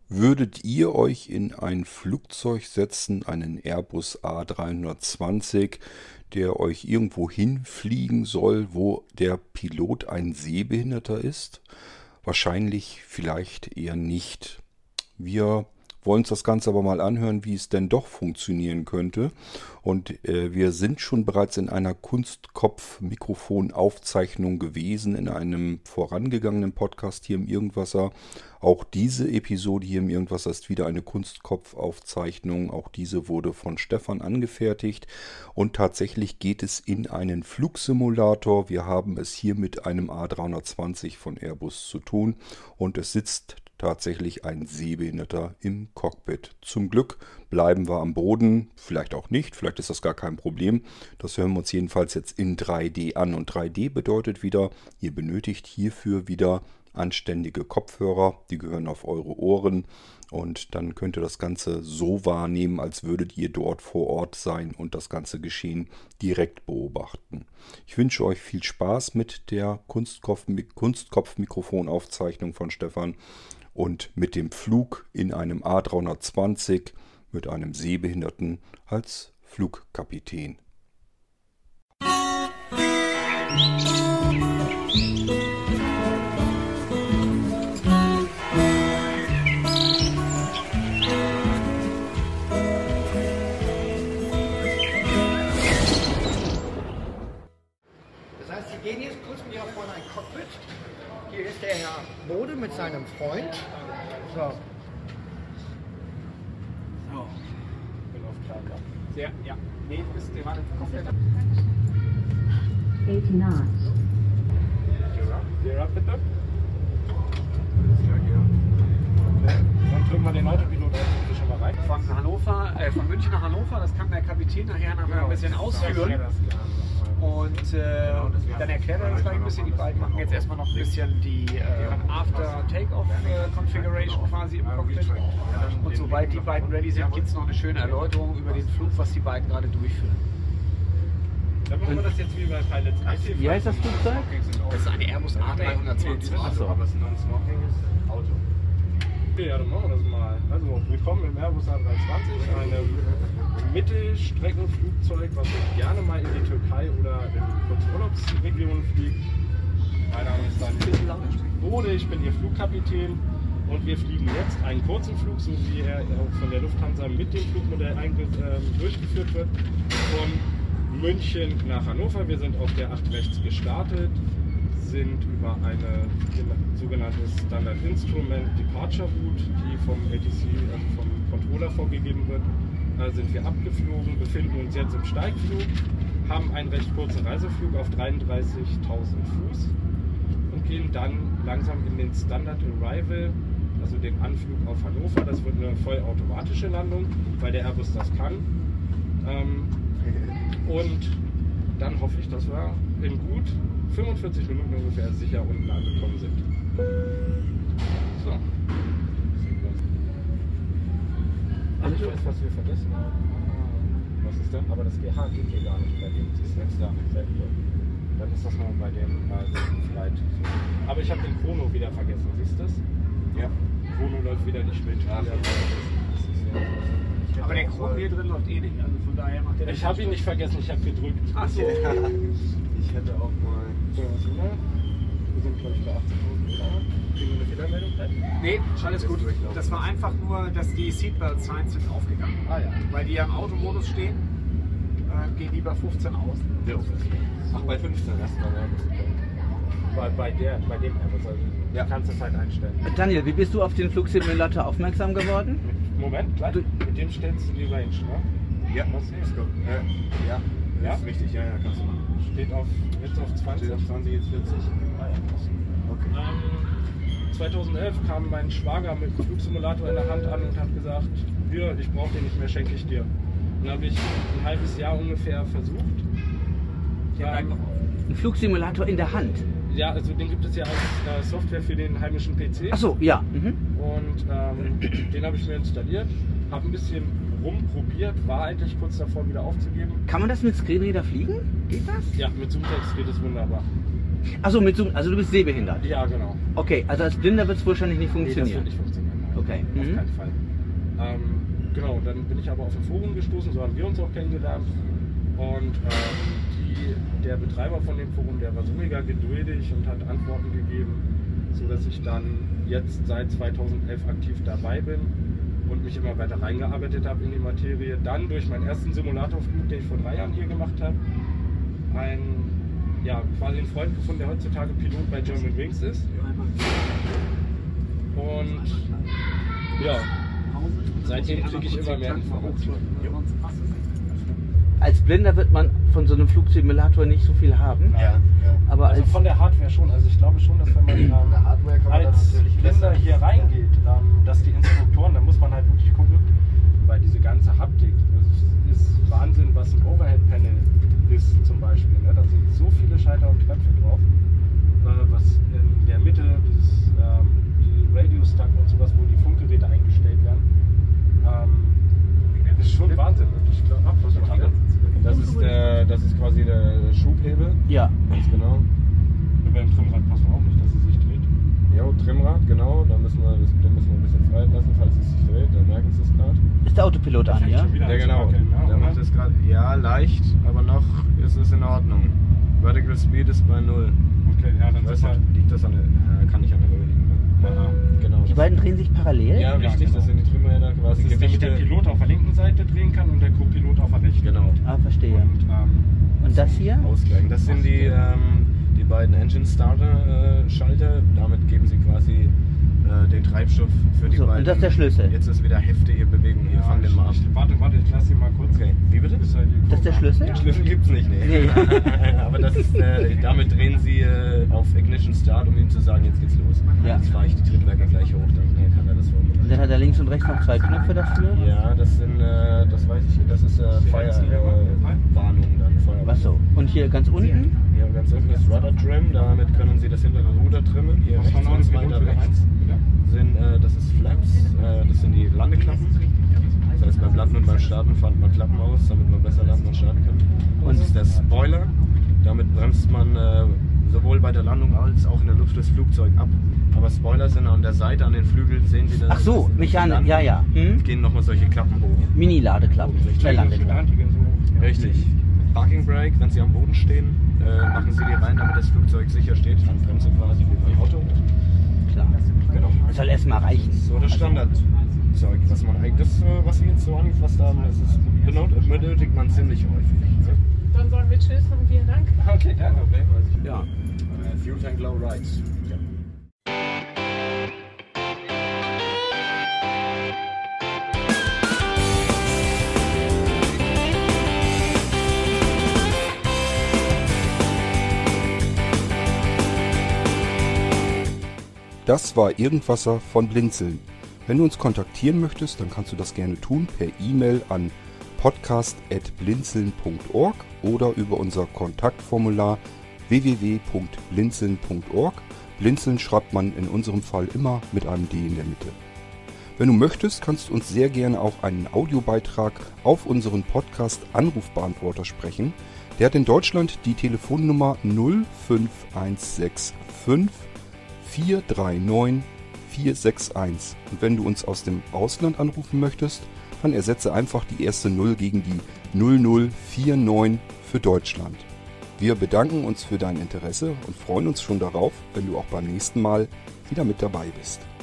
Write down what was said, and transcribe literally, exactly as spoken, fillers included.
Würdet ihr euch in ein Flugzeug setzen, einen Airbus A dreihundertzwanzig, der euch irgendwo hinfliegen soll, wo der Pilot ein Sehbehinderter ist? Wahrscheinlich vielleicht eher nicht. Wir wollen uns das Ganze aber mal anhören, wie es denn doch funktionieren könnte. Und äh, wir sind schon bereits in einer Kunstkopf-Mikrofon-Aufzeichnung gewesen, in einem vorangegangenen Podcast hier im Irgendwasser. Auch diese Episode hier im Irgendwasser ist wieder eine Kunstkopf-Aufzeichnung. Auch diese wurde von Stefan angefertigt. Und tatsächlich geht es in einen Flugsimulator. Wir haben es hier mit einem A dreihundertzwanzig von Airbus zu tun. Und es sitzt tatsächlich ein Sehbehinderter im Cockpit. Zum Glück bleiben wir am Boden, vielleicht auch nicht, vielleicht ist das gar kein Problem. Das hören wir uns jedenfalls jetzt in drei D an. Und drei D bedeutet wieder, ihr benötigt hierfür wieder anständige Kopfhörer, die gehören auf eure Ohren und dann könnt ihr das Ganze so wahrnehmen, als würdet ihr dort vor Ort sein und das ganze Geschehen direkt beobachten. Ich wünsche euch viel Spaß mit der Kunstkopf-Mikrofon-Aufzeichnung von Stefan und mit dem Flug in einem A dreihundertzwanzig mit einem Sehbehinderten als Flugkapitän. Das heißt, Sie gehen jetzt kurz mit Ihrer Freundin ein Cockpit. Hier ist der Herr Bode mit seinem Freund. So. So. Bin auf Klarka. Sehr, ja. Nee, ist der Mann komplett. eighty knots. Gear up, bitte. Dann drücken wir den Autopilot schon mal rein. Von Hannover, äh, von München nach Hannover, das kann der Kapitän nachher noch mal ein bisschen ausführen. Und äh, dann erklärt er das gleich ein bisschen. Die beiden machen jetzt erstmal noch ein bisschen die äh, After-Takeoff-Configuration quasi im Cockpit. Und sobald die beiden ready sind, gibt es noch eine schöne Erläuterung über den Flug, was die beiden gerade durchführen. Dann machen wir das jetzt wie bei Pilots I T. Wie heißt das Flugzeug? Das ist eine Airbus A dreihundertzwanzig. Achso. Aber es ist ein Snorkeling Auto. Okay, ja, dann machen wir das mal. Also, willkommen im Airbus A dreihundertzwanzig, einem Mittelstreckenflugzeug, was gerne mal in die Türkei oder in Kurzurlaubsregionen fliegt. Mein Name ist Daniel Bode, ich bin Ihr Flugkapitän und wir fliegen jetzt einen kurzen Flug, so wie er auch von der Lufthansa mit dem Flugmodell eigentlich äh, durchgeführt wird, von München nach Hannover. Wir sind auf der acht rechts gestartet, sind über eine sogenannte Standard Instrument Departure Route, die vom A T C, also vom Controller vorgegeben wird. Da sind wir abgeflogen, befinden uns jetzt im Steigflug, haben einen recht kurzen Reiseflug auf dreiunddreißigtausend Fuß und gehen dann langsam in den Standard Arrival, also den Anflug auf Hannover. Das wird eine vollautomatische Landung, weil der Airbus das kann. Ähm, und dann hoffe ich, dass wir in gut fünfundvierzig Minuten ungefähr sicher unten angekommen sind. So. Ach, ich weiß, was wir vergessen haben. Was ist denn? Aber das G H geht hier gar nicht bei dem. Das ist jetzt da. Dann ist das noch bei dem äh, Flight. Aber ich habe den Chrono wieder vergessen. Siehst du das? Ja. Chrono läuft wieder nicht mit. Ja, wieder aber der Chrono hier drin läuft eh nicht. Also von daher macht der. Ich habe ihn nicht vergessen. Ich habe gedrückt. Ach so. Ich hätte auch mal. So, was sind wir? Wir sind, glaube ich, bei achtzigtausend Grad. Kriegen wir eine Fehlermeldung gleich? Nee, alles gut. Das war einfach nur, dass die Seatbelt Signs sind aufgegangen. Ah ja. Weil die ja im Automodus stehen, äh, gehen die bei fünfzehn aus. Ja. Ach, bei fünfzehn erstmal, ja. Bei, bei, der, bei dem Airbus, also ja. Du kannst es halt einstellen. Daniel, wie bist du auf den Flugsimulator aufmerksam geworden? Moment, gleich. Du, mit dem stellst du die Range, ne? Ja, was ist gut. Ja, ja. Ja? Ist richtig, ja, ja, kannst du machen. Steht auf, jetzt auf zwanzig. Steht auf zwanzig, jetzt vierzig. Ah, ja. Okay. Ähm, zweitausendelf kam mein Schwager mit dem Flugsimulator in der Hand an und hat gesagt, hier, ich brauche den nicht mehr, schenke ich dir. Dann habe ich ein halbes Jahr ungefähr versucht. Ähm, ein Flugsimulator in der Hand? Ja, also den gibt es ja als äh, Software für den heimischen P C. Ach so, ja. Mhm. Und ähm, den habe ich mir installiert, habe ein bisschen rumprobiert, war eigentlich kurz davor wieder aufzugeben. Kann man das mit Screenreader fliegen? Geht das? Ja, mit Zoomtext geht es wunderbar. Achso, mit Zoom, also du bist sehbehindert? Ja, genau. Okay, also als Blinder wird es wahrscheinlich nicht funktionieren. Nee, das wird nicht funktionieren. Okay. Okay. Auf Mhm. keinen Fall. Ähm, genau, dann bin ich aber auf ein Forum gestoßen, so haben wir uns auch kennengelernt. Und ähm, die, der Betreiber von dem Forum, der war so mega geduldig und hat Antworten gegeben, sodass ich dann jetzt seit zweitausendelf aktiv dabei bin und mich immer weiter reingearbeitet habe in die Materie. Dann durch meinen ersten Simulatorflug, den ich vor drei Jahren hier gemacht habe, einen, ja, quasi einen Freund gefunden, der heutzutage Pilot bei German Wings ist. Und ja, seitdem kriege ich immer mehr Informationen. Als Blinder wird man von so einem Flugsimulator nicht so viel haben. Ja, ja. Aber Also als von der Hardware schon. Also ich glaube schon, dass wenn man ähm, Hardware kann man dann als natürlich Blinder besser. hier reingeht, ähm, dass die Instruktoren, da muss man halt wirklich gucken, weil diese ganze Haptik, das ist Wahnsinn, was ein Overhead-Panel ist zum Beispiel. Ne? Da sind so viele Schalter und Knöpfe drauf, äh, was in der Mitte, dieses, ähm, die Radio-Stack und sowas, wo die Funkgeräte eingestellt werden, ähm, ist schon Wahnsinn. Und ich glaube, was ist das? Das ist, der, das ist quasi der Schubhebel. ja. Ganz genau. Und beim Trimmrad passt man auch nicht, dass es sich dreht. Ja, Trimmrad, genau. Da müssen wir, das, den müssen wir ein bisschen frei lassen, falls es sich dreht. Dann merken Sie es gerade. Ist der Autopilot an, ja? Schon wieder Ja, an zu genau. wackeln, ne? Der Oder? macht es gerade, ja, leicht, aber noch ist es in Ordnung. Vertical Speed ist bei null. Okay, ja, dann Ich weiß ist halt. nicht, liegt das an der, äh, kann nicht an der Höhe liegen. Ne? Aha. Genau. Die beiden drehen sich parallel? Ja, richtig, genau. das sind die Trimmräder quasi Das ist, damit der Gewichte. Pilot auf der linken Seite drehen kann und der Co-Pilot auf der rechten. Genau. Ah, verstehe. Und, ähm, Und das hier? Ausgleichen. Das sind die, ähm, die beiden Engine Starter äh, Schalter. Damit geben sie quasi äh, den Treibstoff für die So, und beiden. das ist der Schlüssel? Jetzt ist wieder heftige Bewegung hier. ja, Fang den mal ab. ich, warte, warte, ich lass ihn mal kurz. Okay, wie bitte? Bis er die Das ist der Kurve- Schlüssel? Ja. Schlüssel gibt's nicht, nee. Nee. Aber das ist, äh, damit drehen sie äh, auf Ignition Start, um ihm zu sagen, jetzt geht's los. Ja. Jetzt fahre ich die Triebwerke gleich hoch, dann äh, kann er das Und vorbereiten. dann hat er links und rechts noch zwei Knöpfe dafür? Ja, das sind, äh, das weiß ich, das ist äh, Feuerwarnung dann, Feuerwarnung. Was so? Und hier ganz unten? Ja, ganz unten ist Rudder Trim, damit können Sie das hintere Ruder trimmen. Hier Was rechts von und uns weiter rechts sind, äh, das ist Flaps, äh, das sind die Landeklappen. Das heißt, beim Landen und beim Starten fährt man Klappen aus, damit man besser landen und starten kann. Und das ist der Spoiler, damit bremst man äh, sowohl bei der Landung als auch in der Luft das Flugzeug ab. Aber Spoiler sind an der Seite, an den Flügeln, sehen Sie das? Ach so, Mechanik, ja, ja. Hm? Gehen nochmal solche Klappen hoch. Mini-Ladeklappen, zwei Landeklappen. Richtig. Parking Brake, wenn Sie am Boden stehen, äh, machen Sie die rein, damit das Flugzeug sicher steht. Dann bremsen quasi wie beim Auto. Klar. Genau. Das soll erstmal reichen. So das Standardzeug, was man eigentlich, das, äh, was Sie jetzt so angefasst haben, das ist, benötigt, benötigt man ziemlich häufig. Dann sagen wir Tschüss und vielen Dank. Okay, danke. Ja. Fuel Tank Low Rides. Das war Irgendwasser von Blinzeln. Wenn du uns kontaktieren möchtest, dann kannst du das gerne tun per E-Mail an podcast at blinzeln punkt org oder über unser Kontaktformular w w w punkt blinzeln punkt org. Blinzeln schreibt man in unserem Fall immer mit einem D in der Mitte. Wenn du möchtest, kannst du uns sehr gerne auch einen Audiobeitrag auf unseren Podcast Anrufbeantworter sprechen. Der hat in Deutschland die Telefonnummer null fünf eins sechs fünf vier drei neun vier sechs eins. Und wenn du uns aus dem Ausland anrufen möchtest, dann ersetze einfach die erste null gegen die null null vier neun für Deutschland. Wir bedanken uns für dein Interesse und freuen uns schon darauf, wenn du auch beim nächsten Mal wieder mit dabei bist.